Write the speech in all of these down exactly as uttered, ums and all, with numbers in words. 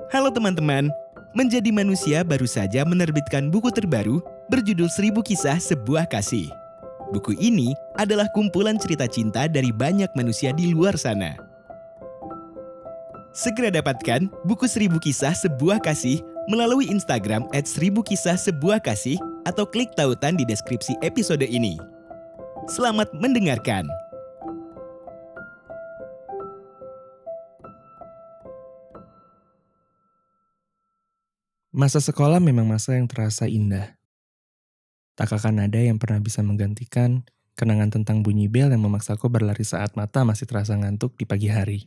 Halo teman-teman, Menjadi Manusia baru saja menerbitkan buku terbaru berjudul Seribu Kisah Sebuah Kasih. Buku ini adalah kumpulan cerita cinta dari banyak manusia di luar sana. Segera dapatkan buku Seribu Kisah Sebuah Kasih melalui Instagram et seribu kisah sebuah kasih atau klik tautan di deskripsi episode ini. Selamat mendengarkan. Masa sekolah memang masa yang terasa indah. Tak akan ada yang pernah bisa menggantikan kenangan tentang bunyi bel yang memaksaku berlari saat mata masih terasa ngantuk di pagi hari.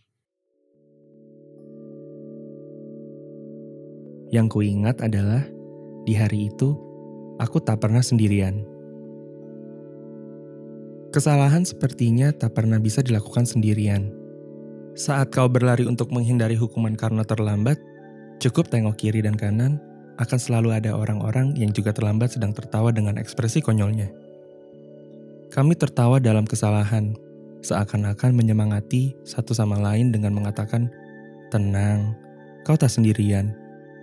Yang kuingat adalah, di hari itu, aku tak pernah sendirian. Kesalahan sepertinya tak pernah bisa dilakukan sendirian. Saat kau berlari untuk menghindari hukuman karena terlambat, cukup tengok kiri dan kanan, akan selalu ada orang-orang yang juga terlambat sedang tertawa dengan ekspresi konyolnya. Kami tertawa dalam kesalahan, seakan-akan menyemangati satu sama lain dengan mengatakan, "Tenang, kau tak sendirian."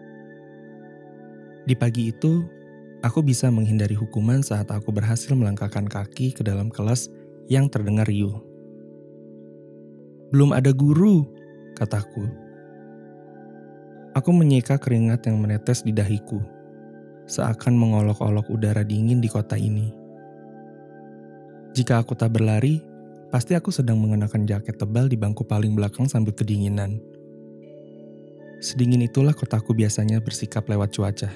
Di pagi itu, aku bisa menghindari hukuman saat aku berhasil melangkahkan kaki ke dalam kelas yang terdengar riuh. "Belum ada guru," kataku. Aku menyeka keringat yang menetes di dahiku, seakan mengolok-olok udara dingin di kota ini. Jika aku tak berlari, pasti aku sedang mengenakan jaket tebal di bangku paling belakang sambil kedinginan. Sedingin itulah kotaku biasanya bersikap lewat cuaca.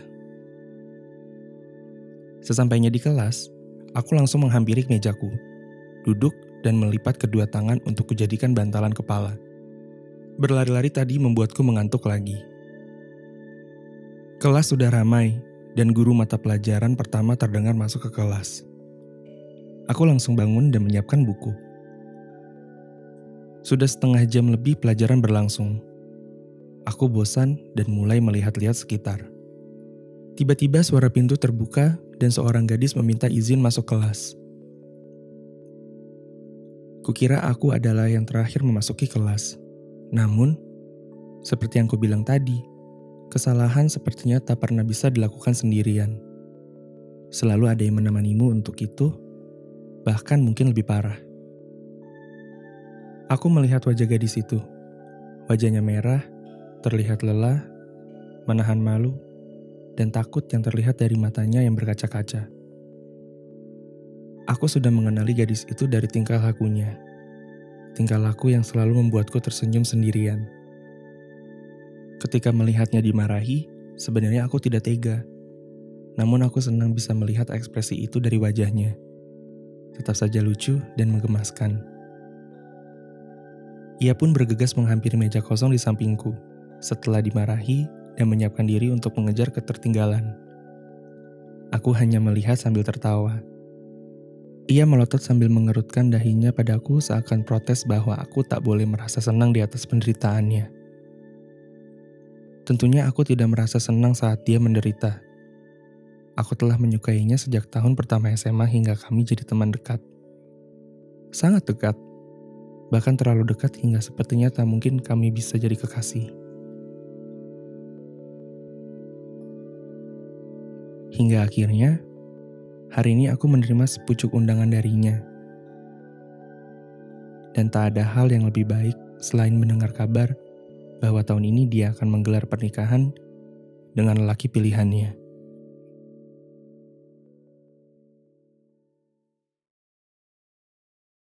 Sesampainya di kelas, aku langsung menghampiri mejaku, duduk dan melipat kedua tangan untuk kujadikan bantalan kepala. Berlari-lari tadi membuatku mengantuk lagi. Kelas sudah ramai, dan guru mata pelajaran pertama terdengar masuk ke kelas. Aku langsung bangun dan menyiapkan buku. Sudah setengah jam lebih pelajaran berlangsung. Aku bosan dan mulai melihat-lihat sekitar. Tiba-tiba suara pintu terbuka dan seorang gadis meminta izin masuk kelas. Kukira aku adalah yang terakhir memasuki kelas. Namun, seperti yang kubilang tadi, kesalahan sepertinya tak pernah bisa dilakukan sendirian. Selalu ada yang menemanimu untuk itu, bahkan mungkin lebih parah. Aku melihat wajah gadis itu. Wajahnya merah, terlihat lelah, menahan malu, dan takut yang terlihat dari matanya yang berkaca-kaca. Aku sudah mengenali gadis itu dari tingkah lakunya. Tingkah laku yang selalu membuatku tersenyum sendirian. Ketika melihatnya dimarahi, sebenarnya aku tidak tega. Namun aku senang bisa melihat ekspresi itu dari wajahnya. Tetap saja lucu dan menggemaskan. Ia pun bergegas menghampiri meja kosong di sampingku, setelah dimarahi dan menyiapkan diri untuk mengejar ketertinggalan. Aku hanya melihat sambil tertawa. Ia melotot sambil mengerutkan dahinya padaku seakan protes bahwa aku tak boleh merasa senang di atas penderitaannya. Tentunya aku tidak merasa senang saat dia menderita. Aku telah menyukainya sejak tahun pertama S M A hingga kami jadi teman dekat. Sangat dekat. Bahkan terlalu dekat hingga sepertinya tak mungkin kami bisa jadi kekasih. Hingga akhirnya, hari ini aku menerima sepucuk undangan darinya. Dan tak ada hal yang lebih baik selain mendengar kabar bahwa tahun ini dia akan menggelar pernikahan dengan lelaki pilihannya.